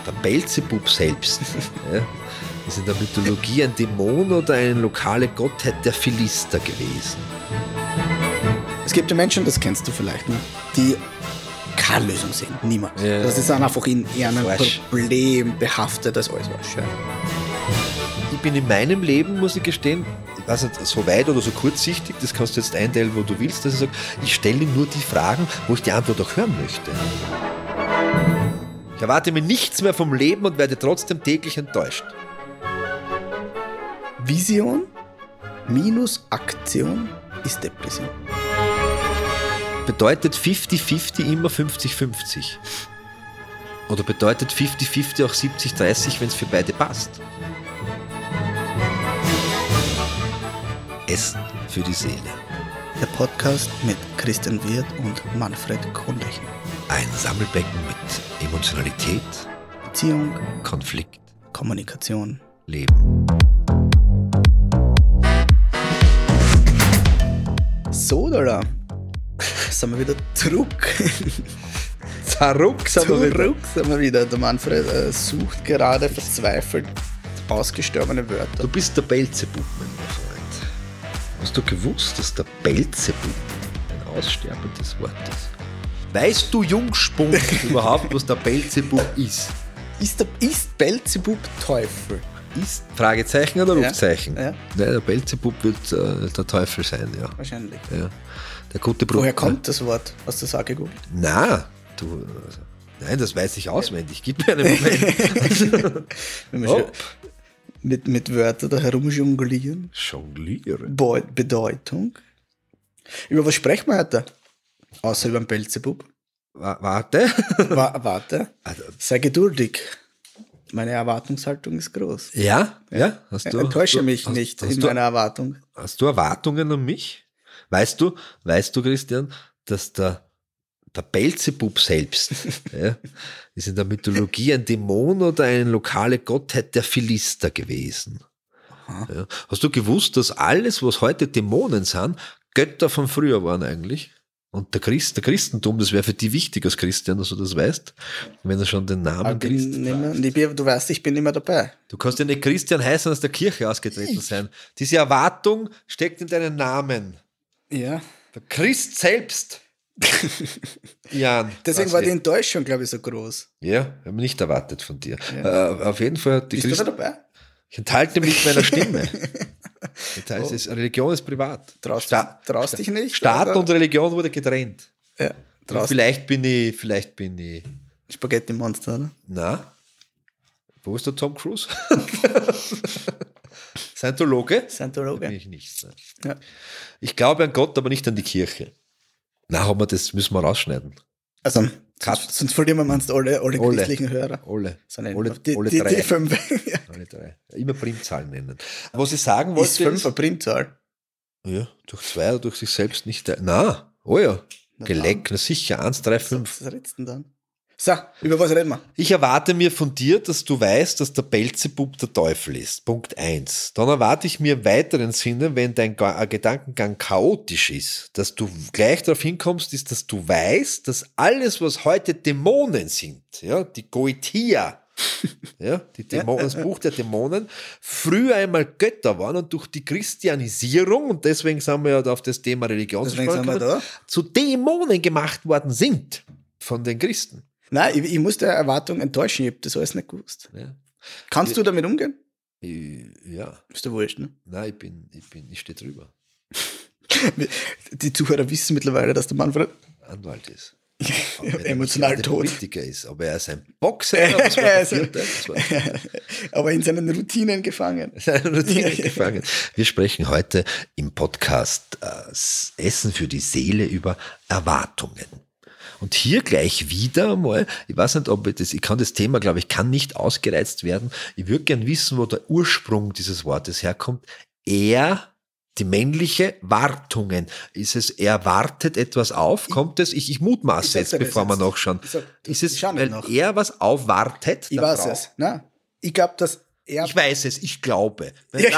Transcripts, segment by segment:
Der Beelzebub selbst ja, ist in der Mythologie ein Dämon oder eine lokale Gottheit der Philister gewesen. Es gibt ja Menschen, das kennst du vielleicht, ne? Die keine Lösung sehen. Niemand. Ja. Das ist dann einfach in einem Falsch. Problem behaftet als alles was. Ja. Ich bin in meinem Leben, muss ich gestehen, ich weiß nicht, so weit oder so kurzsichtig, das kannst du jetzt einteilen, wo du willst, dass ich sage, ich stelle nur die Fragen, wo ich die Antwort auch hören möchte. Ich erwarte mir nichts mehr vom Leben und werde trotzdem täglich enttäuscht. Vision minus Aktion ist Depression. Bedeutet 50-50 immer 50-50? Oder bedeutet 50-50 auch 70-30, wenn es für beide passt? Essen für die Seele. Der Podcast mit Christian Wirth und Manfred Kronlechner. Ein Sammelbecken mit Emotionalität, Beziehung, Konflikt, Kommunikation. Leben. So, da sind wir wieder zurück. Zurück sind Sind wir wieder. Der Manfred sucht gerade verzweifelt ausgestorbene Wörter. Du bist der Beelzebub, mein Freund. Hast du gewusst, dass der Beelzebub ein aussterbendes Wort ist? Weißt du, Jungspund, überhaupt, was der Beelzebub ist? Ist Beelzebub Teufel? Ist Fragezeichen oder Rufzeichen? Ja. Nein, der Beelzebub wird der Teufel sein, ja. Wahrscheinlich. Ja. Der gute Bruder. Woher kommt das Wort? Hast du das auch gegoogelt? Nein, nein, das weiß ich auswendig. Gib mir einen Moment. Wenn wir schon mit Wörtern da herumjonglieren. Jonglieren. Bedeutung. Über was sprechen wir heute? Außer über den Beelzebub. Warte. Warte. Also, Sei geduldig. Meine Erwartungshaltung ist groß. ja? Hast du, Enttäusche mich nicht in meiner Erwartung. Hast du Erwartungen an mich? Weißt du, Christian, dass der Beelzebub selbst ja, ist in der Mythologie ein Dämon oder eine lokale Gottheit der Philister gewesen. Ja. Hast du gewusst, dass alles, was heute Dämonen sind, Götter von früher waren eigentlich? Und der Christentum, das wäre für die wichtig als Christian, dass du das weißt, wenn er schon den Namen Christ. Du weißt, ich bin immer dabei. Du kannst ja nicht Christian heißen, aus der Kirche ausgetreten sein. Diese Erwartung steckt in deinem Namen. Ja. Der Christ selbst. Jan. Deswegen war die Enttäuschung, glaube ich, so groß. Ja, habe ich nicht erwartet von dir. Ja. Auf jeden Fall. Bist du da dabei? Ich enthalte mich meiner Stimme. Das heißt, Religion ist privat. Traust dich nicht? Staat oder? und Religion wurde getrennt. Ja. Vielleicht bin ich. Spaghetti-Monster, oder? Na? Wo ist der Tom Cruise? Scientologe? Bin ich nicht. Ne? Ja. Ich glaube an Gott, aber nicht an die Kirche. Na, das müssen wir rausschneiden. Also, sonst verlieren wir manchmal alle christlichen Hörer. Alle Die drei. Die 5. Ja. Alle drei. Immer Primzahlen nennen. Was ich sagen wollte. Ist 5 eine Primzahl? Ja, durch 2 oder durch sich selbst nicht. Na, oh ja. Geleck, na sicher. 1, 3, 5. Was redest du denn dann? So, über was reden wir? Ich erwarte mir von dir, dass du weißt, dass der Beelzebub der Teufel ist. Punkt 1. Dann erwarte ich mir im weiteren Sinne, wenn dein Gedankengang chaotisch ist, dass du gleich darauf hinkommst, ist, dass du weißt, dass alles, was heute Dämonen sind, ja, die Goetia, ja, das Buch der Dämonen, früher einmal Götter waren und durch die Christianisierung, und deswegen sind wir ja auf das Thema Religion zu Dämonen gemacht worden sind von den Christen. Nein, ich muss der Erwartung enttäuschen, ich habe das alles nicht gewusst. Ja. Kannst du damit umgehen? Ja. Ist dir wurscht, ne? Nein, ich stehe drüber. Die Zuhörer wissen mittlerweile, dass der Manfred Anwalt ist. Emotional tot. Politiker ist, aber er ist ein Boxer. Was war aber in seinen Routinen gefangen. Wir sprechen heute im Podcast Essen für die Seele über Erwartungen. Und hier gleich wieder mal, ich weiß nicht, ich kann das Thema, glaube ich, kann nicht ausgereizt werden. Ich würde gern wissen, wo der Ursprung dieses Wortes herkommt. Die männliche Wartungen. Ist es, er wartet etwas auf? Kommt es? Ich mutmaße jetzt, bevor wir nachschauen. Ist es, weil er was aufwartet? Ich weiß es. Nein. Ich glaube, dass er... Ich weiß es, ich glaube.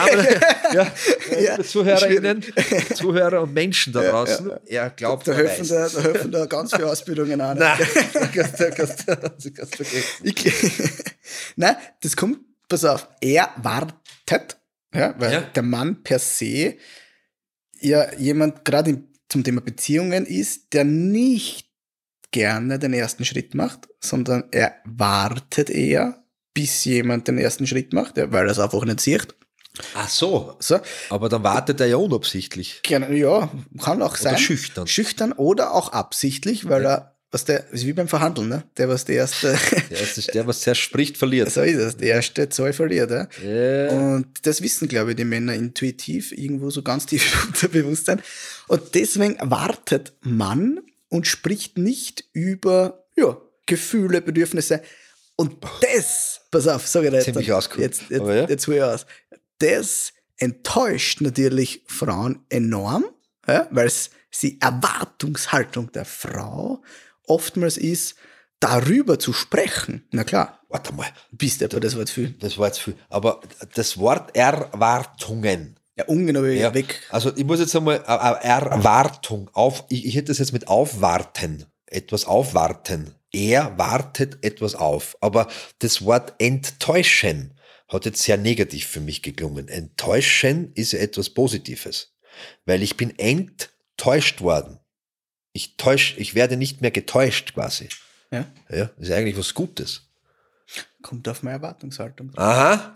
Zuhörerinnen, Zuhörer und Menschen da draußen, er glaubt, da helfen da ganz viele Ausbildungen an. Nein, das kannst du vergessen. Nein, das kommt, pass auf, er wartet, ja, weil der Mann per se ja jemand gerade zum Thema Beziehungen ist, der nicht gerne den ersten Schritt macht, sondern er wartet eher, bis jemand den ersten Schritt macht, ja, weil er es einfach nicht sieht. Ach so. So. Aber dann wartet er ja unabsichtlich. Ja, kann auch sein. Oder schüchtern. Schüchtern oder auch absichtlich, weil er, ist wie beim Verhandeln, ne? Der, was der erste. Der, was zuerst spricht, verliert. So ist es, der erste Zoll verliert, ja. Yeah. Und das wissen, glaube ich, die Männer intuitiv, irgendwo so ganz tief im Unterbewusstsein. Und deswegen wartet man und spricht nicht über, Gefühle, Bedürfnisse. Und das, pass auf, sag ich dir ziemlich jetzt hol ich aus. Das enttäuscht natürlich Frauen enorm, ja, weil es die Erwartungshaltung der Frau oftmals ist, darüber zu sprechen. Na klar. Warte mal. Bist du, das war jetzt viel. Das war jetzt viel. Aber das Wort Erwartungen. Ja, ungenau weg. Also ich muss jetzt einmal Erwartung ich hätte das jetzt mit aufwarten. Etwas aufwarten. Er wartet etwas auf. Aber das Wort enttäuschen hat jetzt sehr negativ für mich geklungen. Enttäuschen ist ja etwas Positives. Weil ich bin enttäuscht worden. Ich werde nicht mehr getäuscht quasi. Ja. Ja, das ist eigentlich was Gutes. Kommt auf meine Erwartungshaltung. Aha.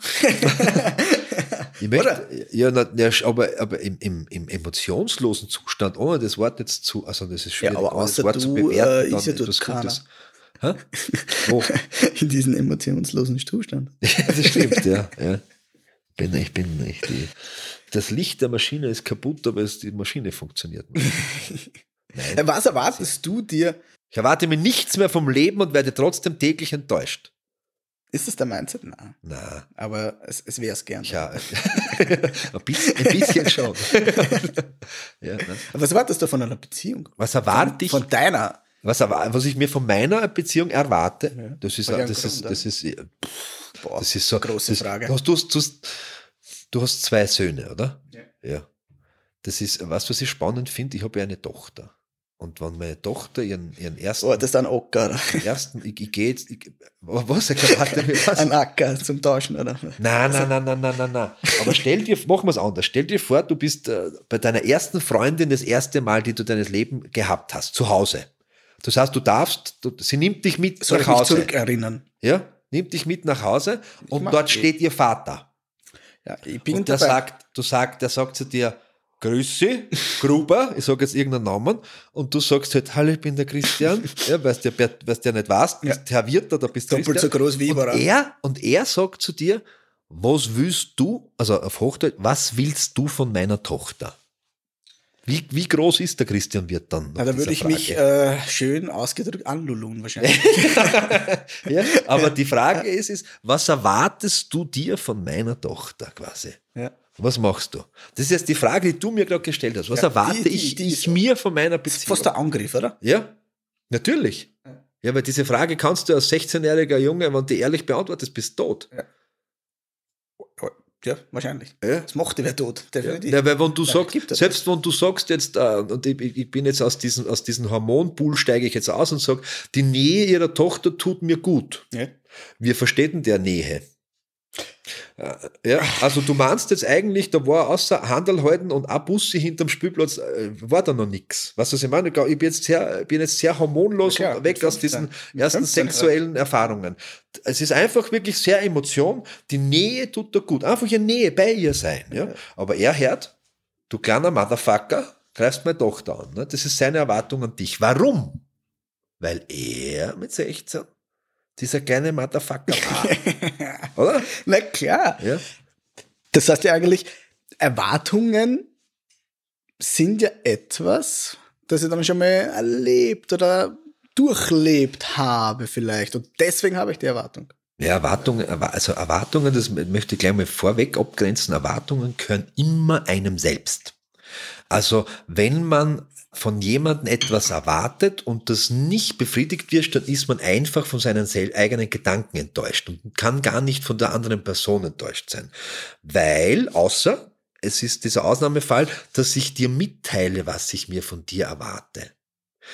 Ich möchte, aber im emotionslosen Zustand, ohne das Wort jetzt also das ist schwierig, ja, aber außer das Wort du, zu bewerten, ist ja dort etwas keiner. Gutes. Wo? In diesem emotionslosen Zustand. Das stimmt, ja. Ich bin nicht. Das Licht der Maschine ist kaputt, aber die Maschine funktioniert nicht. Nein. Was erwartest du dir? Ich erwarte mir nichts mehr vom Leben und werde trotzdem täglich enttäuscht. Ist das der Mindset? Nein. Aber es wäre es gern. Ja, ein bisschen schon. Ja, ne? Was erwartest du von einer Beziehung? Was erwarte ich? Von deiner? Was ich mir von meiner Beziehung erwarte, Ja. das ist so eine große Frage. Du hast 2 Söhne, oder? Ja. Das ist, was ich spannend finde, ich habe ja eine Tochter. Und wenn meine Tochter ihren ersten... Oh, das ist ein Acker. Ich gehe jetzt... Was? Was? Ein Acker zum Tauschen, oder? Nein. Aber machen wir es anders. Stell dir vor, du bist bei deiner ersten Freundin das erste Mal, die du deines Lebens gehabt hast, zu Hause. Das heißt, sie nimmt dich mit Soll nach ich mich Hause. zurückerinnern? Ja, nimmt dich mit nach Hause und dort steht ihr Vater. Ja, ich bin und der sagt zu dir, Grüße, Gruber, ich sage jetzt irgendeinen Namen, und du sagst halt, hallo, ich bin der Christian, ja, weil du ja nicht weißt, bist Herr Wirt oder bist Doppelt Christian. so groß wie Und er sagt zu dir, was willst du, also auf Hochdeutsch, was willst du von meiner Tochter? Wie groß ist der Christian Wirt dann? Na, da würde ich mich schön ausgedrückt anlulun wahrscheinlich. Ja, aber die Frage ist, was erwartest du dir von meiner Tochter quasi? Ja. Was machst du? Das ist jetzt die Frage, die du mir gerade gestellt hast. Was erwarte ich mir von meiner Beziehung? Fast ein Angriff, oder? Ja, natürlich. Ja, weil diese Frage kannst du als 16-jähriger Junge, wenn du die ehrlich beantwortest, bist du tot. Ja, wahrscheinlich. Ja. Das macht die wer tot, definitiv. Ja, weil wenn du selbst wenn du sagst jetzt, und ich bin jetzt aus diesem Hormonpool, steige ich jetzt aus und sage, die Nähe ihrer Tochter tut mir gut. Ja. Wir verstehen der Nähe. Ja, also du meinst jetzt eigentlich, da war außer Handel halten und ein Bussi hinterm Spielplatz, war da noch nichts. Weißt du, was ich meine? Ich bin jetzt sehr hormonlos und weg aus diesen ersten sexuellen Erfahrungen. Es ist einfach wirklich sehr Emotion. Die Nähe tut da gut. Einfach in Nähe bei ihr sein. Ja? Aber er hört, du kleiner Motherfucker, greifst meine Tochter an. Ne? Das ist seine Erwartung an dich. Warum? Weil er mit 16 dieser kleine Motherfucker war. Oder? Na klar. Ja. Das heißt ja eigentlich, Erwartungen sind ja etwas, das ich dann schon mal erlebt oder durchlebt habe vielleicht. Und deswegen habe ich die Erwartung. Ja, Erwartungen, das möchte ich gleich mal vorweg abgrenzen. Erwartungen gehören immer einem selbst. Also, wenn man von jemandem etwas erwartet und das nicht befriedigt wird, dann ist man einfach von seinen eigenen Gedanken enttäuscht und kann gar nicht von der anderen Person enttäuscht sein. Weil, außer, es ist dieser Ausnahmefall, dass ich dir mitteile, was ich mir von dir erwarte.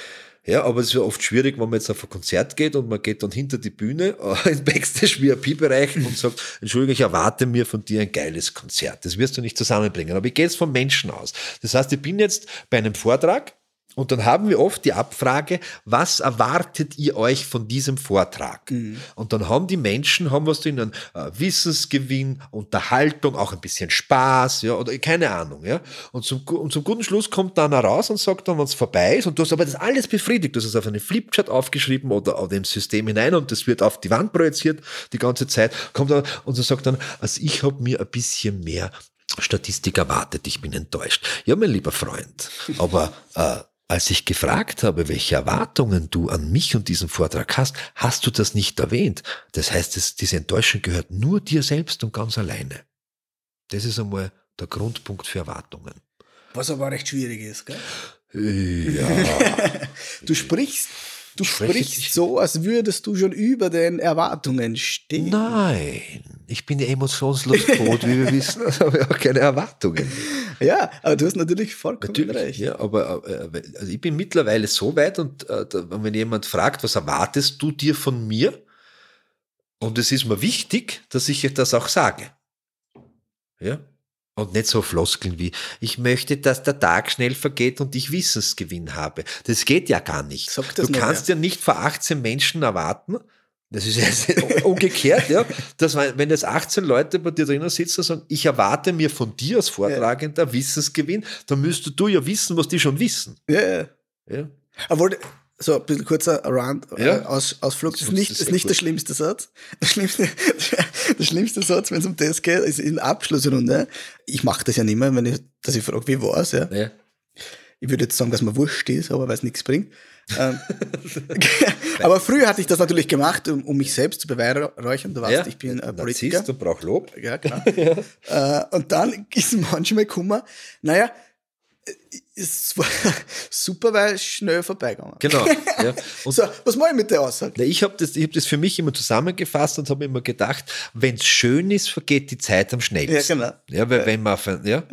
Ja, aber es ist ja oft schwierig, wenn man jetzt auf ein Konzert geht und man geht dann hinter die Bühne im Backstage-VIP-Bereich und sagt, Entschuldigung, ich erwarte mir von dir ein geiles Konzert. Das wirst du nicht zusammenbringen. Aber ich gehe jetzt vom Menschen aus. Das heißt, ich bin jetzt bei einem Vortrag und dann haben wir oft die Abfrage, was erwartet ihr euch von diesem Vortrag? Und dann haben die Menschen, was drinnen, Wissensgewinn, Unterhaltung, auch ein bisschen Spaß, ja, oder keine Ahnung, ja. Und zum guten Schluss kommt dann einer raus und sagt dann, wenn es vorbei ist, und du hast aber das alles befriedigt, du hast es auf einen Flipchart aufgeschrieben oder im System hinein und das wird auf die Wand projiziert die ganze Zeit, kommt dann und so sagt dann, also ich habe mir ein bisschen mehr Statistik erwartet, ich bin enttäuscht. Ja, mein lieber Freund, aber als ich gefragt habe, welche Erwartungen du an mich und diesen Vortrag hast, hast du das nicht erwähnt. Das heißt, diese Enttäuschung gehört nur dir selbst und ganz alleine. Das ist einmal der Grundpunkt für Erwartungen. Was aber recht schwierig ist, gell? Ja. Du sprichst so, als würdest du schon über den Erwartungen stehen. Nein, ich bin ja emotionslos tot, wie wir wissen, also habe ich auch keine Erwartungen. Ja, aber du hast natürlich vollkommen recht. Ja, aber also ich bin mittlerweile so weit und wenn jemand fragt, was erwartest du dir von mir? Und es ist mir wichtig, dass ich das auch sage. Ja. Und nicht so Floskeln wie, ich möchte, dass der Tag schnell vergeht und ich Wissensgewinn habe. Das geht ja gar nicht. Du kannst ja nicht vor 18 Menschen erwarten, das ist ja umgekehrt, ja, dass wenn jetzt 18 Leute bei dir drinnen sitzen und sagen, ich erwarte mir von dir als Vortragender Wissensgewinn, dann müsstest du ja wissen, was die schon wissen. Ja. Obwohl, so ein bisschen kurzer Ausflug, das ist nicht der schlimmste Satz. Der schlimmste Satz, wenn es um das geht, ist in der Abschlussrunde. Ich mache das ja nicht mehr, dass ich frage, wie war es, ja. Ich würde jetzt sagen, dass mir wurscht ist, aber weil es nichts bringt. Aber früher hatte ich das natürlich gemacht, um mich selbst zu beweihräuchern. Du weißt, ich bin Politiker. Du brauchst Lob. Ja, genau. Und dann ist manchmal gekommen, es war super, weil es schnell vorbeigegangen. Genau. Ja. Und so, was mache ich mit der Aussage? Ich hab das für mich immer zusammengefasst und habe immer gedacht, wenn es schön ist, vergeht die Zeit am schnellsten. Ja, genau. Ja, weil wenn man,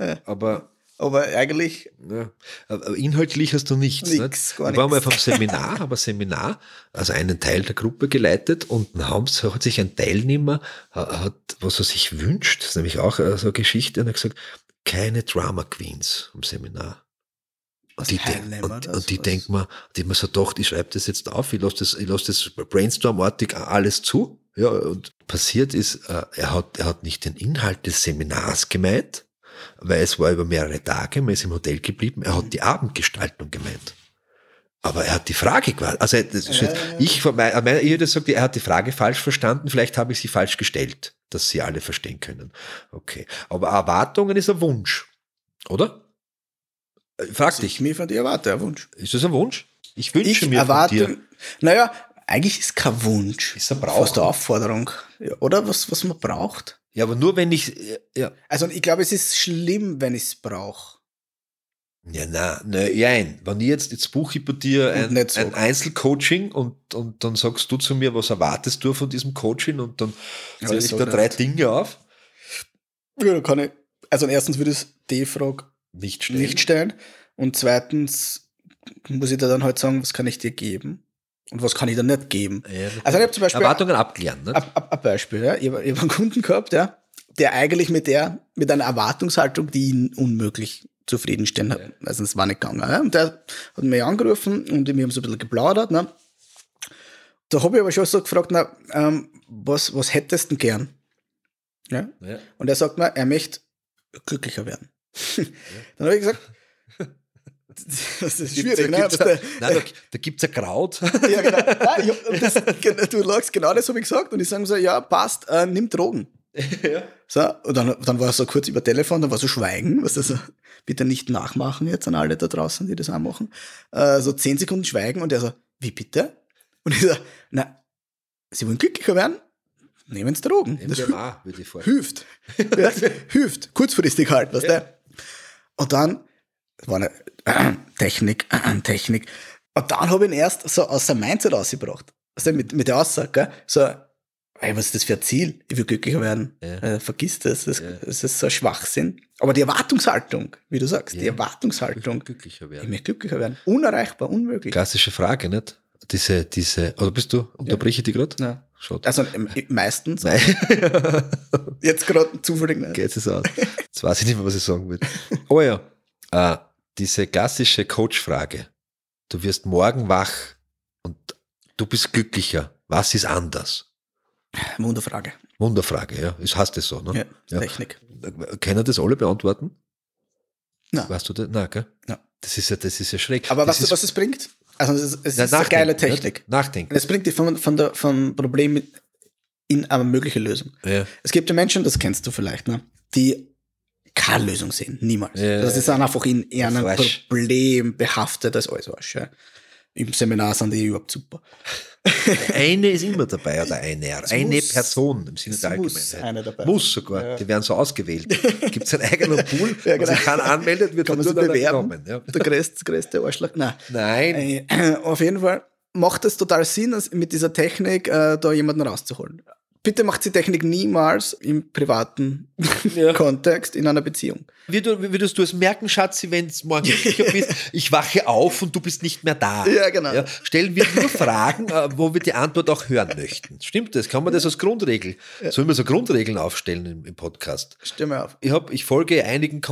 aber eigentlich. Ja, aber inhaltlich hast du nichts. Nix, gar ich war mal vom Seminar, also einen Teil der Gruppe geleitet und dann hat sich ein Teilnehmer, was er sich wünscht, das ist nämlich auch so eine Geschichte, und er hat gesagt, keine Drama Queens im Seminar. Und die denken mir, die haben mir so gedacht, ich schreibe das jetzt auf, ich lasse das brainstormartig alles zu. Ja, und passiert ist, er hat nicht den Inhalt des Seminars gemeint, weil es war über mehrere Tage, man ist im Hotel geblieben, er hat die Abendgestaltung gemeint. Aber er hat die Frage quasi, also ich hätte gesagt, er hat die Frage falsch verstanden, vielleicht habe ich sie falsch gestellt, dass sie alle verstehen können. Okay. Aber Erwartungen ist ein Wunsch, oder? Frag dich. Mir von dir erwarte ein Wunsch. Ist das ein Wunsch? Ich wünsche mir von dir. Naja, eigentlich ist kein Wunsch. Ist ein Brauch. Fast eine Aufforderung. Ja, oder was man braucht. Ja, aber nur wenn ich, ja. Also ich glaube, es ist schlimm, wenn ich es brauche. Ja, nein. Wenn ich jetzt buche ich bei dir ein Einzelcoaching und dann sagst du zu mir, was erwartest du von diesem Coaching und dann zähle ich da 3 Dinge auf. Ja, da kann ich, also erstens würde ich die Frage nicht stellen und zweitens muss ich da dann halt sagen, was kann ich dir geben und was kann ich dir nicht geben. Ja, also ich habe zum Beispiel Erwartungen abklären. Ne? Ein Beispiel, ja. Ich hab einen Kunden gehabt, ja, der eigentlich mit einer Erwartungshaltung, die ihn unmöglich zufriedenstellen hat. Also es war nicht gegangen. Ja. Und der hat mich angerufen und wir haben so ein bisschen geplaudert. Ne. Da habe ich aber schon so gefragt, was hättest du denn gern? Ja? Ja. Und er sagt mir, er möchte glücklicher werden. Ja. Dann habe ich gesagt, das ist schwierig. Da gibt es ein Kraut. Ja, genau. Du lagst genau das, habe ich gesagt. Und ich sage so, ja, passt, nimm Drogen. Ja. So, und dann war so kurz über Telefon, dann war so Schweigen, was das bitte nicht nachmachen jetzt an alle da draußen, die das auch machen. So 10 Sekunden Schweigen und er so, wie bitte? Und ich so, Sie wollen glücklicher werden? Nehmen Sie Drogen. MDMA, würde ich hilft. Ja, hilft. Kurzfristig halt, weißt du? Und dann, das war eine Technik. Und dann habe ich ihn erst so aus seinem Mindset rausgebracht. Also mit der Aussage, gell? So, Hey, was ist das für ein Ziel? Ich will glücklicher werden. Vergiss das. Das ist so ein Schwachsinn. Aber die Erwartungshaltung, wie du sagst, die Erwartungshaltung. Ich möchte glücklicher werden. Unerreichbar, unmöglich. Klassische Frage, nicht? Oder bist du, unterbreche ich dich gerade? Ja. Schaut. Also meistens. Nein. Jetzt gerade zufällig nicht. Geht es aus. Jetzt weiß ich nicht mehr, was ich sagen will. Oh ja, diese klassische Coach-Frage. Du wirst morgen wach und du bist glücklicher. Was ist anders? Wunderfrage, ja. Das heißt das so, ne? Ja, Technik. Können das alle beantworten? Nein. Weißt du das? Nein, gell? Ja. Das ist ja schräg. Aber was es bringt? Also es ist eine geile Technik. Nachdenken. Es bringt dich vom Problem in eine mögliche Lösung. Ja. Es gibt ja Menschen, das kennst du vielleicht, ne, die keine Lösung sehen. Niemals. Ja. Das ist dann einfach in einem Problem behaftet als alles was. Ja. Im Seminar sind die überhaupt super. Eine ist immer dabei oder eine Person im Sinne der Allgemeinheit. Muss sogar. Ja. Die werden so ausgewählt. Gibt es einen eigenen Pool, ja, genau. Sich keiner anmeldet, wird man sich bewerben. Ja. Der größte Arschlag. Nein. Auf jeden Fall macht es total Sinn, mit dieser Technik da jemanden rauszuholen. Bitte macht die Technik niemals im privaten Kontext in einer Beziehung. Wie würdest du es merken, Schatzi, wenn es morgen sicher bist, ich wache auf und du bist nicht mehr da? Ja, genau. Ja, stellen wir nur Fragen, wo wir die Antwort auch hören möchten. Stimmt das? Kann man das als Grundregel? Ja. Sollen wir so Grundregeln aufstellen im Podcast? Stimme auf. Ich folge einigen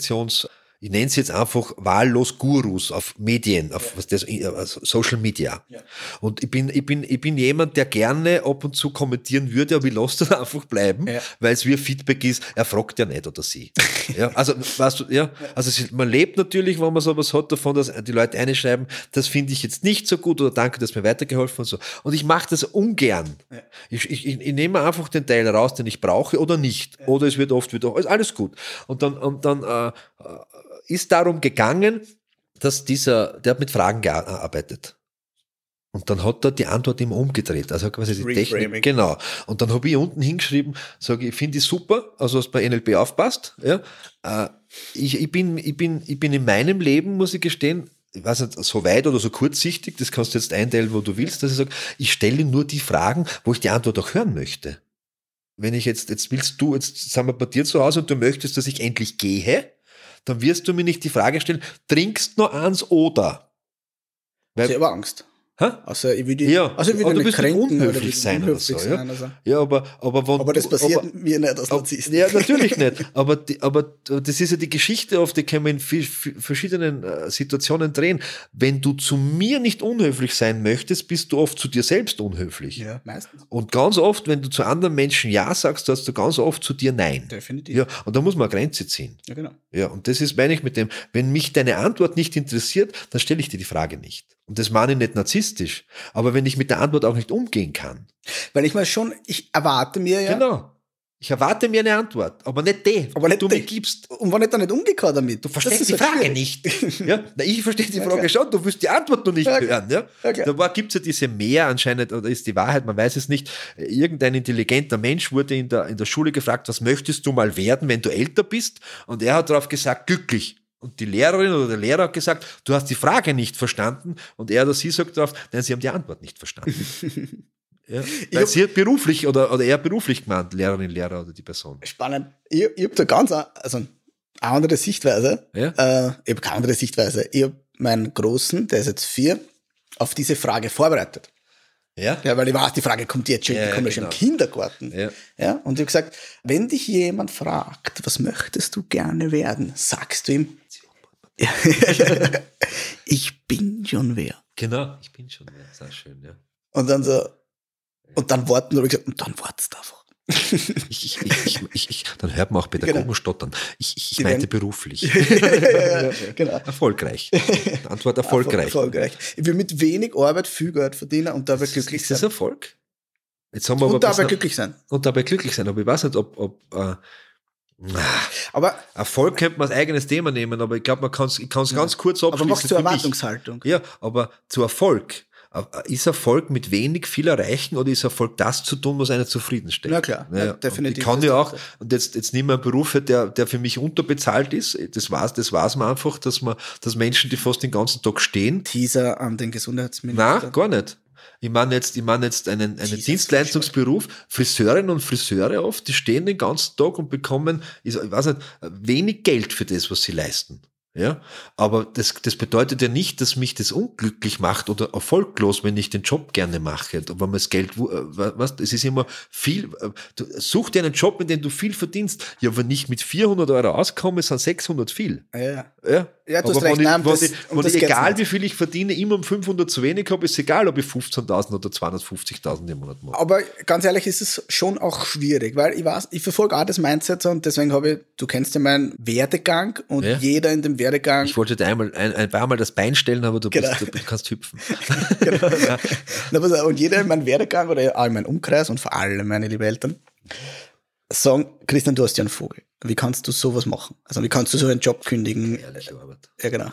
ich nenne es jetzt einfach wahllos Gurus auf Medien, auf Social Media. Ja. Und ich bin jemand, der gerne ab und zu kommentieren würde, aber ich lasse das einfach bleiben, weil es wie Feedback ist, er fragt ja nicht oder sie. Ja, also, weißt du, also man lebt natürlich, wenn man sowas hat, davon, dass die Leute einschreiben, das finde ich jetzt nicht so gut oder danke, dass mir weitergeholfen und so. Und ich mache das ungern. Ja. Ich nehme einfach den Teil raus, den ich brauche oder nicht. Ja. Oder es wird oft wieder, alles gut. Und dann ist darum gegangen, dass der hat mit Fragen gearbeitet. Und dann hat er die Antwort immer umgedreht. Also quasi die Technik. Genau. Und dann habe ich unten hingeschrieben, sage ich, finde ich super, also was bei NLP aufpasst. Ja. Ich bin in meinem Leben, muss ich gestehen, ich weiß nicht, so weit oder so kurzsichtig, das kannst du jetzt einteilen, wo du willst, dass ich sage, ich stelle nur die Fragen, wo ich die Antwort auch hören möchte. Wenn ich jetzt sind wir bei dir zu Hause und du möchtest, dass ich endlich gehe, dann wirst du mir nicht die Frage stellen, trinkst nur eins oder? Weil, ich habe Angst. Also ich will du bist nicht unhöflich sein oder so. Ja, aber das passiert mir nicht als Narzisst. Ja, natürlich nicht. Aber das ist ja die Geschichte oft, die kann man in verschiedenen Situationen drehen. Wenn du zu mir nicht unhöflich sein möchtest, bist du oft zu dir selbst unhöflich. Ja, meistens. Und ganz oft, wenn du zu anderen Menschen Ja sagst, sagst du ganz oft zu dir Nein. Definitiv. Ja, und da muss man eine Grenze ziehen. Ja, genau. Ja, und das ist, meine ich mit dem, wenn mich deine Antwort nicht interessiert, dann stelle ich dir die Frage nicht. Und das meine ich nicht narzisstisch. Aber wenn ich mit der Antwort auch nicht umgehen kann. Weil ich erwarte mir ja. Genau. Ich erwarte mir eine Antwort, aber nicht die, du mir gibst. Und wenn ich dann nicht umgehe damit. Du verstehst die Frage nicht. Ja? Ich verstehe die Frage schon, du willst die Antwort noch nicht hören. Ja? Da gibt es ja diese anscheinend, oder ist die Wahrheit, man weiß es nicht, irgendein intelligenter Mensch wurde in der Schule gefragt, was möchtest du mal werden, wenn du älter bist? Und er hat darauf gesagt, glücklich. Und die Lehrerin oder der Lehrer hat gesagt, du hast die Frage nicht verstanden. Und er oder sie sagt darauf, nein, sie haben die Antwort nicht verstanden. Ja, weil sie hat beruflich oder er beruflich gemeint, Lehrerin, Lehrer oder die Person. Spannend. Ich habe da ganz eine andere Sichtweise. Ja? Ich habe keine andere Sichtweise. Ich habe meinen Großen, der ist jetzt 4, auf diese Frage vorbereitet. Ja? Ja, weil ich weiß, die Frage kommt jetzt schon, die kommt schon im Kindergarten. Ja. Ja, und ich habe gesagt, wenn dich jemand fragt, was möchtest du gerne werden, sagst du ihm, ich bin schon wer. Genau, ich bin schon wer. Sehr schön, ja. Und dann so, und dann warten, und gesagt, und dann wartest einfach. Dann hört man auch Pädagogen stottern. Ich meinte beruflich. Genau. Erfolgreich. Antwort erfolgreich. Ich will mit wenig Arbeit viel Geld verdienen und dabei glücklich sein. Ist das Erfolg? Jetzt haben wir und dabei glücklich sein. Und dabei glücklich sein. Aber ich weiß nicht, aber Erfolg könnte man als eigenes Thema nehmen, aber ich glaube, man kann es ganz kurz abschließen. Aber machst du Erwartungshaltung. Ja, aber zu Erfolg. Ist Erfolg mit wenig viel erreichen oder ist Erfolg das zu tun, was einen zufriedenstellt? Na klar, ja, definitiv. Ich kann ja auch, und jetzt nehmen wir einen Beruf, der für mich unterbezahlt ist, das weiß man einfach, dass Menschen, die fast den ganzen Tag stehen. Teaser an den Gesundheitsminister. Nein, gar nicht. Ich meine jetzt einen Dienstleistungsberuf, Friseurinnen und Friseure oft, die stehen den ganzen Tag und bekommen, ich weiß nicht, wenig Geld für das, was sie leisten. Ja, aber das bedeutet ja nicht, dass mich das unglücklich macht oder erfolglos, wenn ich den Job gerne mache. Aber wenn man das Geld, es ist immer viel, such dir einen Job, in dem du viel verdienst. Ja, wenn ich mit 400 Euro auskomme, sind 600 viel. Ja, du hast recht. Wenn ich egal wie viel ich verdiene, immer um 500 zu wenig habe, ist egal, ob ich 15.000 oder 250.000 im Monat mache. Aber ganz ehrlich, ist es schon auch schwierig, weil ich verfolge auch das Mindset und deswegen du kennst ja meinen Werdegang und jeder in dem Werdegang. Ich wollte dir ein paar Mal das Bein stellen, aber du kannst hüpfen. Genau. Und jeder in meinem Werdegang oder auch in meinem Umkreis und vor allem meine lieben Eltern sagen, Christian, du hast ja einen Vogel. Wie kannst du sowas machen? Also wie kannst du so einen Job kündigen? Ehrliche Arbeit. Ja, genau.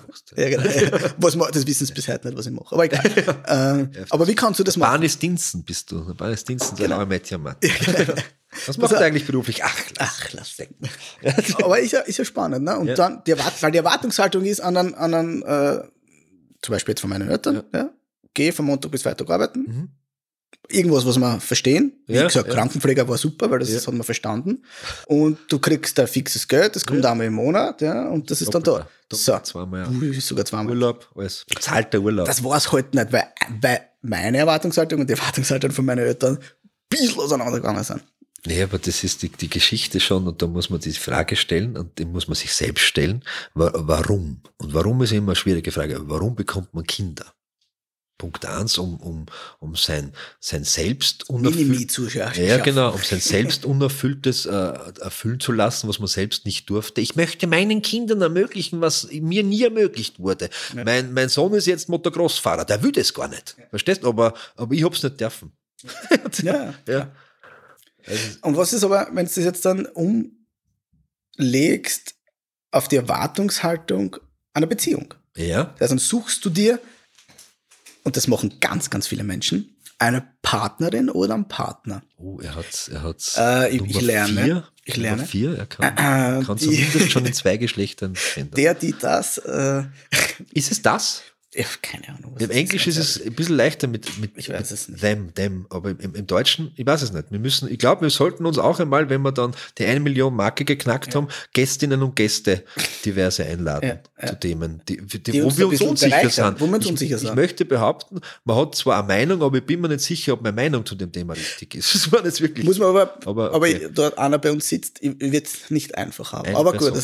Das wissen sie bis heute nicht, was ich mache. Aber egal. Aber wie kannst du das machen? Banis Diensten bist du. Banis Diensten, so ein Mädchen. Was machst du eigentlich beruflich? Ach, lass weg. Aber ist ja spannend, ne? Und dann, weil die Erwartungshaltung ist an einen, zum Beispiel jetzt von meinen Eltern, gehe von Montag bis Freitag arbeiten. Irgendwas, was wir verstehen. Wie gesagt, Krankenpfleger war super, weil das hat man verstanden. Und du kriegst da fixes Geld, das kommt einmal im Monat, und das ist dann da. So. Zweimal. Sogar zweimal. Urlaub, alles. Bezahlter Urlaub. Das war es halt nicht, weil meine Erwartungshaltung und die Erwartungshaltung von meinen Eltern ein bisschen auseinandergegangen sind. Nee, aber das ist die Geschichte schon und da muss man die Frage stellen und die muss man sich selbst stellen. Warum? Und warum ist immer eine schwierige Frage. Warum bekommt man Kinder? Punkt 1, um sein selbst unerfülltes, um sein selbst unerfülltes erfüllen zu lassen, was man selbst nicht durfte. Ich möchte meinen Kindern ermöglichen, was mir nie ermöglicht wurde. Ja. Mein Sohn ist jetzt Motocross-Fahrer, der will das gar nicht. Verstehst du? Aber ich hab's nicht dürfen. Ja. Und was ist aber, wenn du das jetzt dann umlegst auf die Erwartungshaltung einer Beziehung? Ja. Also dann suchst du dir, und das machen ganz, ganz viele Menschen, eine Partnerin oder einen Partner. Oh, er hat's. Ich lerne. Nummer 4, er kann zumindest schon in 2 Geschlechtern ändern. Das. Ist es das? Ja, keine Ahnung. Im Englisch ist es ein bisschen leichter mit ich weiß es nicht. them, aber im Deutschen, ich weiß es nicht. Ich glaube, wir sollten uns auch einmal, wenn wir dann die 1 Million Marke geknackt haben, Gästinnen und Gäste diverse einladen zu Themen, wo wir uns unsicher sind. Ich möchte behaupten, man hat zwar eine Meinung, aber ich bin mir nicht sicher, ob meine Meinung zu dem Thema richtig ist. Das war jetzt wirklich. Muss man aber okay. Dort einer bei uns sitzt, wird es nicht einfach haben. Aber gut.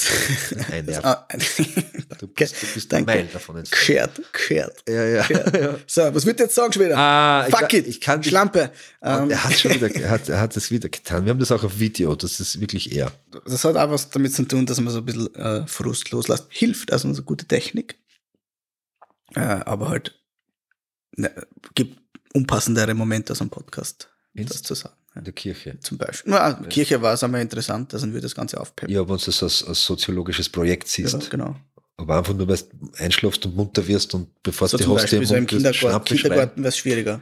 Du bist ein Meil davon entfernt. Geschert. Ja. So, was wird jetzt sagen schon wieder? Fuck it, Schlampe. Er hat es wieder getan. Wir haben das auch auf Video, das ist wirklich er. Das hat auch was damit zu tun, dass man so ein bisschen Frust loslässt. Hilft, also eine gute Technik. Aber halt gibt unpassendere Momente aus einem Podcast, das zu sagen. In der Kirche. Zum Beispiel. Kirche war es einmal interessant, dass wir das Ganze aufpeppen. Ja, wenn du das als soziologisches Projekt siehst. Ja, genau. Aber einfach nur, weil du einschläfst und munter wirst und bevor so du die Hostie im Mund im Kindergarten wäre es schwieriger.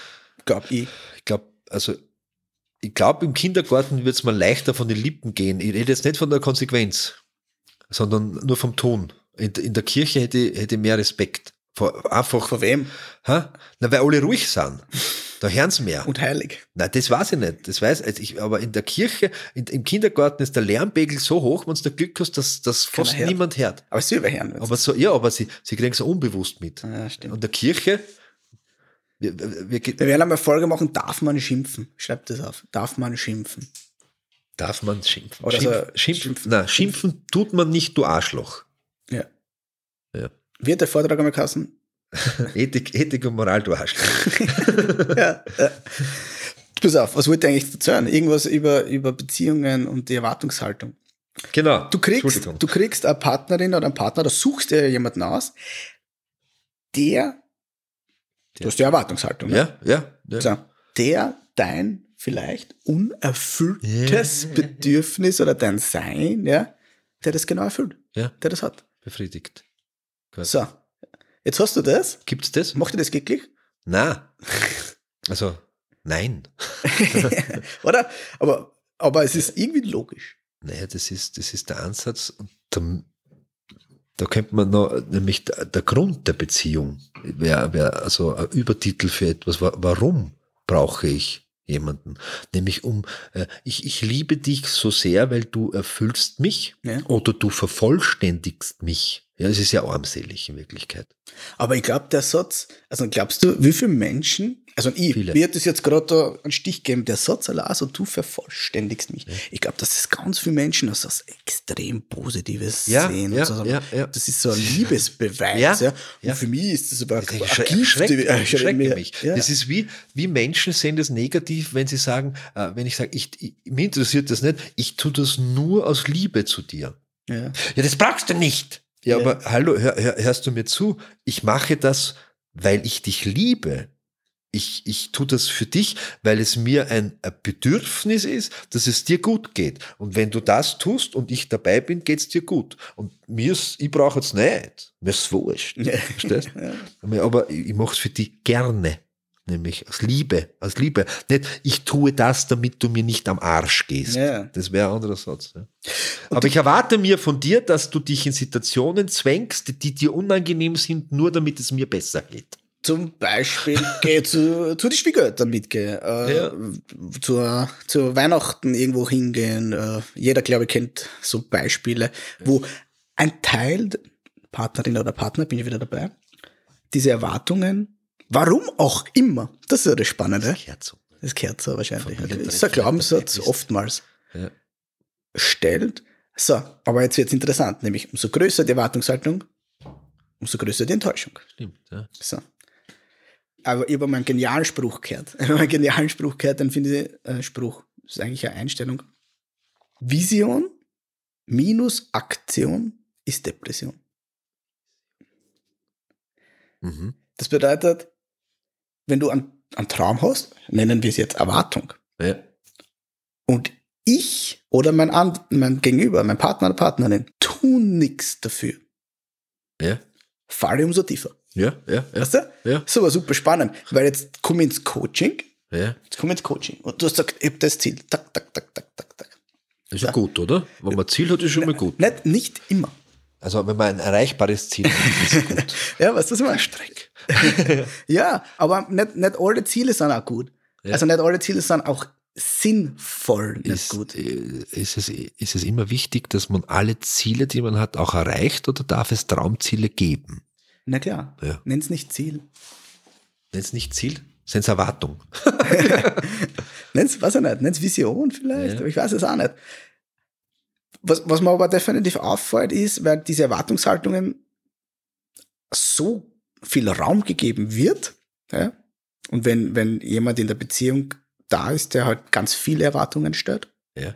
Ich glaube, im Kindergarten wird es mir leichter von den Lippen gehen. Ich rede jetzt nicht von der Konsequenz, sondern nur vom Ton. In der Kirche hätte ich mehr Respekt. Vor wem? Na, weil alle ruhig sind. Da hören sie mehr. Und heilig. Nein, das weiß ich nicht. Aber in der Kirche, im Kindergarten ist der Lärmpegel so hoch, wenn du da Glück hast, dass fast niemand hört. Aber sie überhören. Aber sie kriegen es unbewusst mit. Ja, stimmt. Und der Kirche, wir werden einmal Folge machen, darf man schimpfen? Schreibt das auf. Darf man schimpfen? Darf man schimpfen? Oder schimpfen? Nein, schimpfen tut man nicht, du Arschloch. Ja. Wird der Vortrag einmal heißen? Ethik und Moral, du Arschloch. Ja. Pass auf, was wollte ich eigentlich erzählen? Irgendwas über Beziehungen und die Erwartungshaltung. Genau. Du kriegst eine Partnerin oder einen Partner, da suchst dir jemanden aus, du hast die Erwartungshaltung. Ja. So, der dein vielleicht unerfülltes Bedürfnis oder dein Sein, der das genau erfüllt. Ja. Der das hat. Befriedigt. Gut. So, jetzt hast du das. Gibt's das? Macht dir das glücklich? Nein. Also, nein. Oder? Aber es ist irgendwie logisch. Naja, das ist der Ansatz. Da könnte man noch, nämlich der Grund der Beziehung wäre also ein Übertitel für etwas. Warum brauche ich jemanden? Nämlich ich liebe dich so sehr, weil du erfüllst mich oder du vervollständigst mich. Ja, es ist ja armselig in Wirklichkeit. Aber ich glaube, der Satz, also glaubst du, wie viele Menschen, also mir hat das jetzt gerade da einen Stich gegeben, der Satz, also du vervollständigst mich. Ja. Ich glaube, dass das ganz viele Menschen als das extrem Positives sehen. Ja, und so. Das ist so ein Liebesbeweis. Ja. Und für mich ist das aber schreckt mich. Ja. Das ist wie Menschen sehen das negativ, wenn sie sagen, wenn ich sage, mir interessiert das nicht, ich tue das nur aus Liebe zu dir. Ja, das brauchst du nicht. Ja, aber hallo, hörst du mir zu? Ich mache das, weil ich dich liebe. Ich tue das für dich, weil es mir ein Bedürfnis ist, dass es dir gut geht. Und wenn du das tust und ich dabei bin, geht's dir gut. Und ich brauche es nicht. Mir ist wurscht. Verstehst? Aber ich mache es für dich gerne. Nämlich aus Liebe. Nicht, ich tue das, damit du mir nicht am Arsch gehst. Ja. Das wäre ein anderer Satz. Ja. Aber ich erwarte mir von dir, dass du dich in Situationen zwängst, die dir unangenehm sind, nur damit es mir besser geht. Zum Beispiel gehe zu den Schwiegereltern mitgehen, zu Weihnachten irgendwo hingehen. Jeder, glaube ich, kennt so Beispiele, wo ein Teil, Partnerin oder Partner, bin ich wieder dabei, diese Erwartungen, warum auch immer, das ist ja das Spannende. Das gehört so wahrscheinlich. Das ist ein Glaubenssatz oftmals. Ja. Stellt. So, aber jetzt wird es interessant, nämlich umso größer die Erwartungshaltung, umso größer die Enttäuschung. Stimmt, ja. So. Aber ich habe mal einen genialen Spruch gehört. Dann finde ich, Spruch, das ist eigentlich eine Einstellung. Vision minus Aktion ist Depression. Mhm. Das bedeutet, wenn du einen Traum hast, nennen wir es jetzt Erwartung. Ja. Und ich oder mein Gegenüber, mein Partner oder Partnerin, tun nichts dafür. Ja. Falle umso tiefer. Ja. Weißt du? Ja. Das ist aber super spannend, weil jetzt komme ich ins Coaching. Ja. Und du hast gesagt, ich habe das Ziel. Tak. Ist ja gut, oder? Wenn man ein Ziel hat, ist schon mal gut. Nicht immer. Also wenn man ein erreichbares Ziel hat, ist es gut. Ja, weißt du, was ich meine? Streck. Ja, aber nicht alle Ziele sind auch gut. Ja. Also nicht alle Ziele sind auch sinnvoll gut. Ist es immer wichtig, dass man alle Ziele, die man hat, auch erreicht, oder darf es Traumziele geben? Na klar, nenn's nicht Ziel. Nenn's nicht Ziel? Nenn's Erwartung. Nenn's Vision vielleicht, aber ich weiß es auch nicht. Was mir aber definitiv auffällt, ist, weil diese Erwartungshaltungen so viel Raum gegeben wird, ja, und wenn jemand in der Beziehung da ist, der halt ganz viele Erwartungen stellt,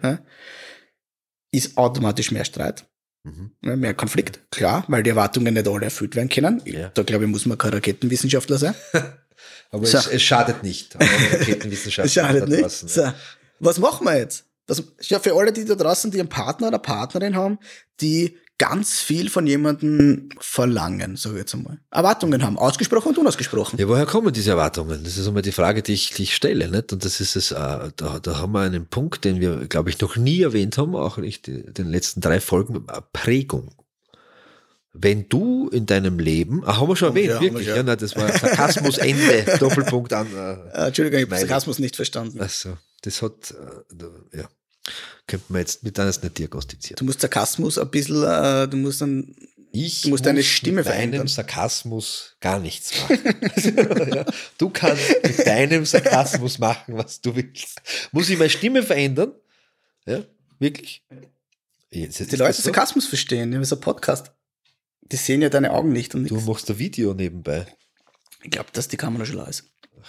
ist automatisch mehr Streit, mehr Konflikt, klar, weil die Erwartungen nicht alle erfüllt werden können. Ja. Da glaube ich, muss man kein Raketenwissenschaftler sein. Aber es schadet nicht. Es schadet nicht. So. Was machen wir jetzt? Das ist ja für alle, die da draußen, die einen Partner oder Partnerin haben, die ganz viel von jemandem verlangen, sage ich jetzt einmal. Erwartungen haben, ausgesprochen und unausgesprochen. Ja, woher kommen diese Erwartungen? Das ist einmal die Frage, die ich stelle, nicht? Und das ist es, da haben wir einen Punkt, den wir, glaube ich, noch nie erwähnt haben, auch nicht in den letzten 3 Folgen, Prägung. Wenn du in deinem Leben, haben wir schon erwähnt, wirklich, nein, das war Sarkasmus, Ende, Doppelpunkt an. Entschuldigung, ich habe Sarkasmus nicht verstanden. Ach so, das hat, könnte man jetzt mit eines nicht diagnostizieren. Du musst Sarkasmus ein bisschen, du musst deine Stimme verändern. Mit deinem Sarkasmus gar nichts machen. Du kannst mit deinem Sarkasmus machen, was du willst. Muss ich meine Stimme verändern? Ja, wirklich? Die Leute Sarkasmus verstehen, das ist ein Podcast. Die sehen ja deine Augen nicht. Und du machst ein Video nebenbei. Ich glaube, dass die Kamera schon ist.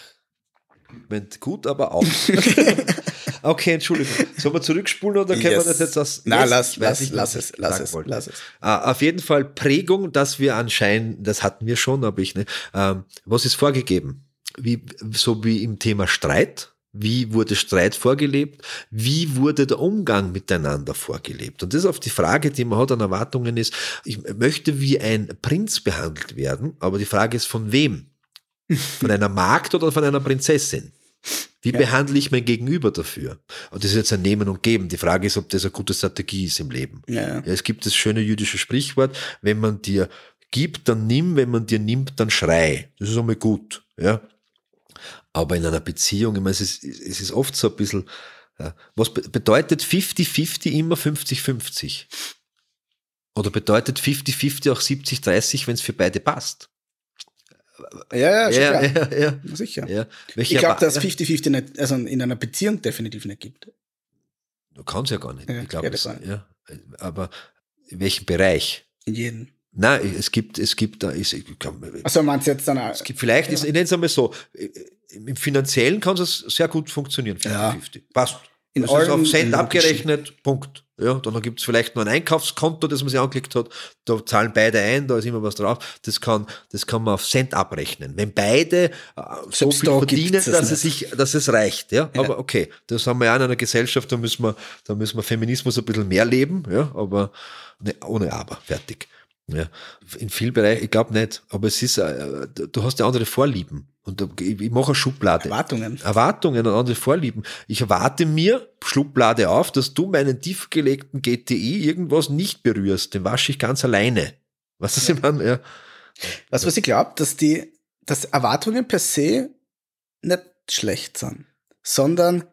Gut, aber auch. Okay, Entschuldigung. Sollen wir zurückspulen oder können wir das jetzt aus... Nein, lass es. Auf jeden Fall Prägung, dass wir anscheinend, das hatten wir schon, aber ich nicht. Was ist vorgegeben? So wie im Thema Streit. Wie wurde Streit vorgelebt? Wie wurde der Umgang miteinander vorgelebt? Und das ist auf die Frage, die man hat an Erwartungen ist, ich möchte wie ein Prinz behandelt werden, aber die Frage ist von wem? Von einer Magd oder von einer Prinzessin? Wie behandle ich mein Gegenüber dafür? Und das ist jetzt ein Nehmen und Geben. Die Frage ist, ob das eine gute Strategie ist im Leben. Ja, es gibt das schöne jüdische Sprichwort, wenn man dir gibt, dann nimm, wenn man dir nimmt, dann schrei. Das ist einmal gut. Ja. Aber in einer Beziehung, ich meine, es ist oft so ein bisschen, was bedeutet 50-50 immer 50-50? Oder bedeutet 50-50 auch 70-30, wenn es für beide passt? Ja, sicher. Ja. Ich glaube, dass 50-50 nicht, also in einer Beziehung definitiv nicht gibt. Du kannst ja gar nicht. Ich glaube, aber in welchem Bereich? In jedem. Nein, es gibt da, also meinst du jetzt dann auch, es gibt vielleicht, ich nenne es einmal so, im Finanziellen kann es sehr gut funktionieren, 50-50. Passt. Das ist auf Cent abgerechnet, Punkt. Ja, dann gibt es vielleicht noch ein Einkaufskonto, das man sich angelegt hat, da zahlen beide ein, da ist immer was drauf, das kann man auf Cent abrechnen. Wenn beide so viel verdienen, dass es reicht, ja, aber okay, das haben wir ja in einer Gesellschaft, da müssen wir Feminismus ein bisschen mehr leben, ja, aber ohne Aber, fertig. Ja, in vielen Bereichen, ich glaube nicht, aber es ist, du hast ja andere Vorlieben und ich mache eine Schublade. Erwartungen und andere Vorlieben. Ich erwarte mir, Schublade auf, dass du meinen tiefgelegten GTI irgendwas nicht berührst, den wasche ich ganz alleine. Was ist ich meine? Ja. Was ich glaube, dass Erwartungen per se nicht schlecht sind, sondern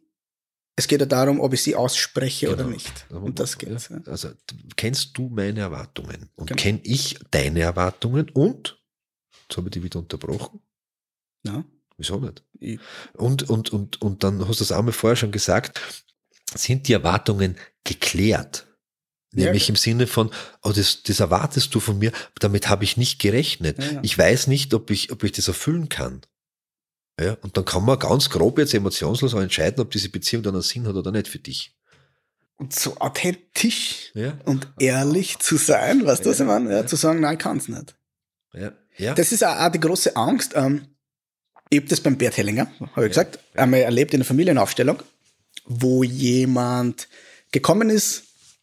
es geht ja darum, ob ich sie ausspreche oder nicht. Und das geht's. Ja. Also kennst du meine Erwartungen und kenne ich deine Erwartungen und jetzt habe ich die wieder unterbrochen. Ja. Wieso nicht? Und dann hast du es einmal vorher schon gesagt, sind die Erwartungen geklärt? Nämlich im Sinne von, das erwartest du von mir, damit habe ich nicht gerechnet. Ja. Ich weiß nicht, ob ich das erfüllen kann. Ja, und dann kann man ganz grob jetzt emotionslos auch entscheiden, ob diese Beziehung dann einen Sinn hat oder nicht für dich. Und so authentisch und ehrlich zu sein, weißt du, was ich meine? Ja, zu sagen, nein, ich kann es nicht. Ja. Das ist auch die große Angst. Ich habe das beim Bert Hellinger, habe ich gesagt, einmal erlebt in einer Familienaufstellung, wo jemand gekommen ist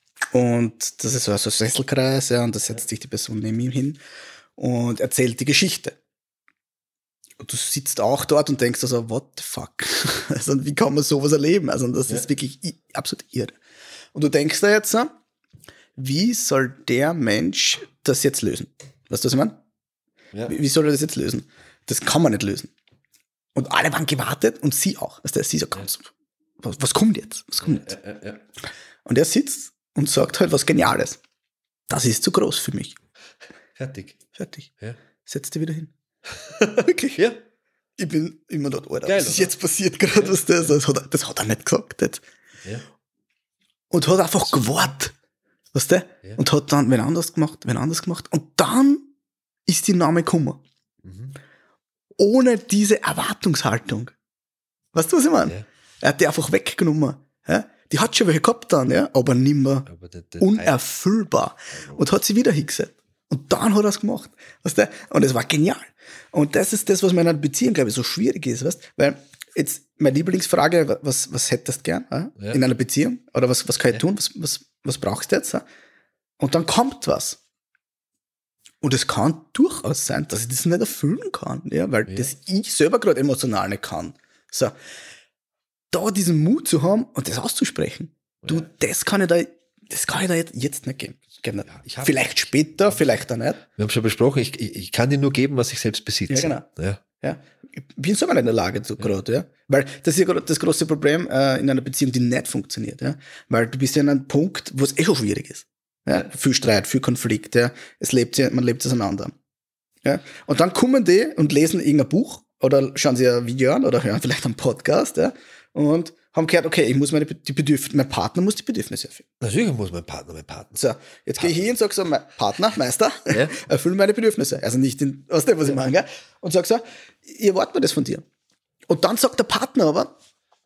und das ist so ein Sesselkreis, und da setzt sich die Person neben ihm hin und erzählt die Geschichte. Und du sitzt auch dort und denkst also, what the fuck? Also, wie kann man sowas erleben? Also, das ist wirklich absolut irre. Und du denkst da jetzt, wie soll der Mensch das jetzt lösen? Weißt du, was ich meine? Ja. Wie soll er das jetzt lösen? Das kann man nicht lösen. Und alle waren gewartet und sie auch. Also, sie so, was kommt jetzt? Was kommt jetzt? Ja. Und er sitzt und sagt halt was Geniales. Das ist zu groß für mich. Fertig. Ja. Setz dich wieder hin. Wirklich? Ja. Ich bin immer dort, Alter. Geil, was ist jetzt passiert gerade, was das hat er nicht gesagt. Jetzt. Ja. Und hat einfach gewartet. Weißt du? Ja. Und hat dann wen anders gemacht. Und dann ist die Name gekommen. Mhm. Ohne diese Erwartungshaltung. Weißt du, was ich meine? Ja. Er hat die einfach weggenommen. Ja? Die hat schon welche gehabt dann, aber nimmer unerfüllbar. Und hat sie wieder hingesetzt. Und dann hat er es gemacht. Weißt du? Und es war genial. Und das ist das, was in einer Beziehung, glaube ich, so schwierig ist. Weißt? Weil jetzt meine Lieblingsfrage, was hättest du gern in einer Beziehung? Oder was kann ich tun? Was brauchst du jetzt? Und dann kommt was. Und es kann durchaus sein, dass ich das nicht erfüllen kann. Weil das ich selber gerade emotional nicht kann. So. Da diesen Mut zu haben und das auszusprechen. Du, das kann ich da jetzt nicht geben. Vielleicht später, vielleicht auch nicht. Wir haben schon besprochen, ich kann dir nur geben, was ich selbst besitze. Ja, genau. Ja. Ich bin selber nicht in der Lage dazu gerade. Weil das ist ja gerade das große Problem in einer Beziehung, die nicht funktioniert. Ja? Weil du bist ja an einem Punkt, wo es schon schwierig ist. Ja? Viel Streit, viel Konflikt. Ja? Man lebt auseinander. Ja? Und dann kommen die und lesen irgendein Buch oder schauen sich ein Video an oder hören vielleicht einen Podcast, und haben gehört, okay, ich muss mein Partner muss die Bedürfnisse erfüllen. Natürlich muss mein Partner. So, jetzt gehe ich hin und sage so, mein Partner, Meister, erfüll meine Bedürfnisse. Also nicht was ich meine, gell? Und sage so, ich erwarte mir das von dir. Und dann sagt der Partner aber,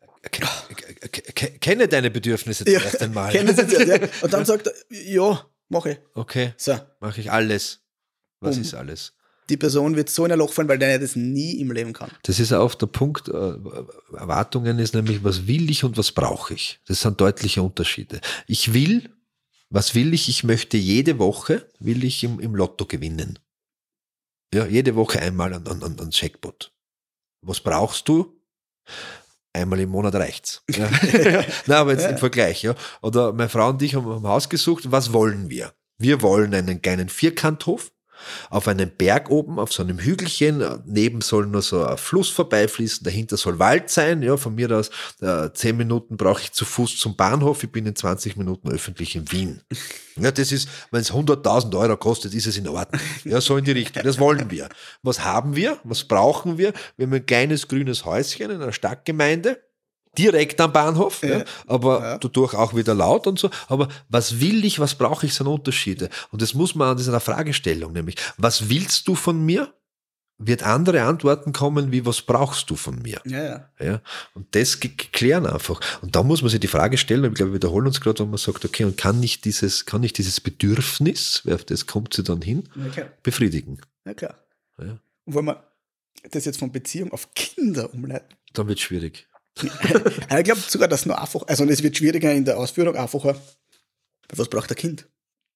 kenne deine Bedürfnisse zuerst einmal. Kenne sie zuerst, Und dann sagt er, ja, mache ich. Okay, so. Mache ich alles. Was ist alles? Die Person wird so in ein Loch fallen, weil der das nie im Leben kann. Das ist auch der Punkt. Erwartungen ist nämlich, was will ich und was brauche ich? Das sind deutliche Unterschiede. Was will ich? Ich möchte jede Woche, im Lotto gewinnen. Ja, jede Woche einmal an Jackpot. Was brauchst du? einmal im Monat reicht's. Ja. Nein, aber jetzt im Vergleich. Ja. Oder meine Frau und ich haben ein Haus gesucht. Was wollen wir? Wir wollen einen kleinen Vierkanthof auf einem Berg oben, auf so einem Hügelchen. Neben soll nur so ein Fluss vorbeifließen. Dahinter soll Wald sein. Ja, von mir aus 10 Minuten brauche ich zu Fuß zum Bahnhof. Ich bin in 20 Minuten öffentlich in Wien. Ja, das ist, wenn es 100.000 Euro kostet, ist es in Ordnung. Ja, so in die Richtung. Das wollen wir. Was haben wir? Was brauchen wir? Wir haben ein kleines grünes Häuschen in einer Stadtgemeinde. Direkt am Bahnhof, ja, aber dadurch auch wieder laut und so. Aber was will ich, was brauche ich, sind Unterschiede. Und das muss man an dieser Fragestellung, nämlich, was willst du von mir? Wird andere Antworten kommen, wie, was brauchst du von mir? Ja. Und das klären einfach. Und da muss man sich die Frage stellen, und ich glaube, wir wiederholen uns gerade, wenn man sagt, okay, und kann ich dieses Bedürfnis, auf das kommt sie dann hin, befriedigen? Ja, klar. Ja. Und wenn man das jetzt von Beziehung auf Kinder umleiten, dann wird es schwierig. Ich glaube sogar, dass nur einfach, also es wird schwieriger in der Ausführung, einfacher. Was braucht ein Kind?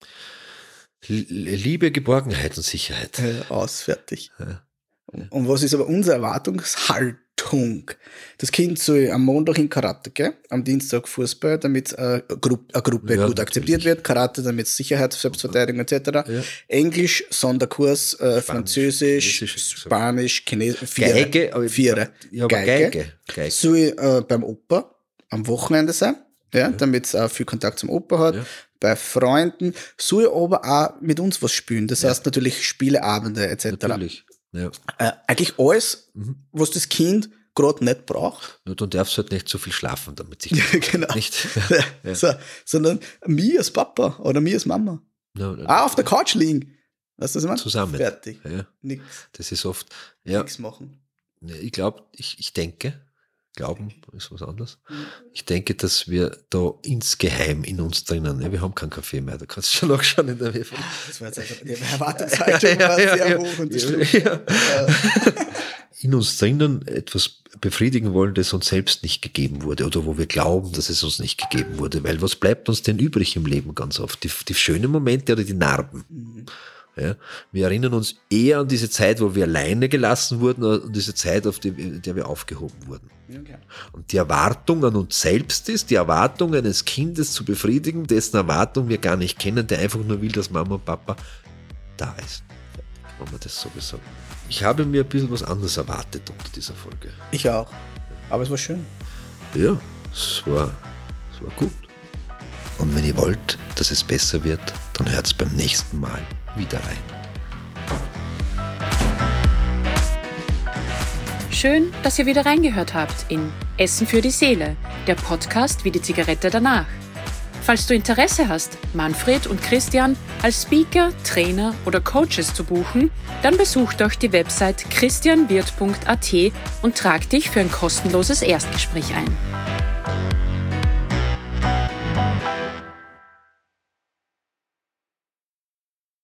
Liebe, Geborgenheit und Sicherheit. Fertig. Ja. Und was ist aber unsere Erwartungshaltung? Das Kind soll am Montag in Karate gehen, am Dienstag Fußball, damit eine Gruppe gut akzeptiert wird, Karate, damit Sicherheit, Selbstverteidigung etc. Ja. Englisch, Sonderkurs, Französisch, Spanisch, Chinesisch, Vierer. Geige. Soll beim Opa am Wochenende sein, damit es auch viel Kontakt zum Opa hat. Ja. Bei Freunden soll aber auch mit uns was spielen. Das heißt natürlich Spieleabende etc. Natürlich. Ja. Eigentlich alles, was das Kind gerade nicht braucht. Ja, dann darfst du halt nicht so viel schlafen, damit sich genau. Nicht. So, sondern mir als Papa oder mir als Mama. Auf der Couch liegen. Weißt du, was ich meine? Zusammen. Fertig. Ja. Nix. Das ist oft. Nichts machen. Ich glaube, ich denke, Glauben ist was anderes. Ich denke, dass wir da insgeheim in uns drinnen, wir haben keinen Kaffee mehr, da kannst du schon nachschauen in der WV. Das war jetzt einfach, die Erwartungshaltung war sehr hoch und in uns drinnen etwas befriedigen wollen, das uns selbst nicht gegeben wurde oder wo wir glauben, dass es uns nicht gegeben wurde, weil was bleibt uns denn übrig im Leben ganz oft? Die schönen Momente oder die Narben? Ja, wir erinnern uns eher an diese Zeit, wo wir alleine gelassen wurden, und diese Zeit, in der wir aufgehoben wurden. Okay. Und die Erwartung an uns selbst ist, die Erwartung eines Kindes zu befriedigen, dessen Erwartung wir gar nicht kennen, der einfach nur will, dass Mama und Papa da ist. Wenn man das so gesagt. Ich habe mir ein bisschen was anderes erwartet unter dieser Folge. Ich auch. Aber es war schön. Ja, es war gut. Und wenn ihr wollt, dass es besser wird, dann hört es beim nächsten Mal wieder rein. Schön, dass ihr wieder reingehört habt in Essen für die Seele, der Podcast wie die Zigarette danach. Falls du Interesse hast, Manfred und Christian als Speaker, Trainer oder Coaches zu buchen, dann besuch doch die Website christianwirth.at und trag dich für ein kostenloses Erstgespräch ein.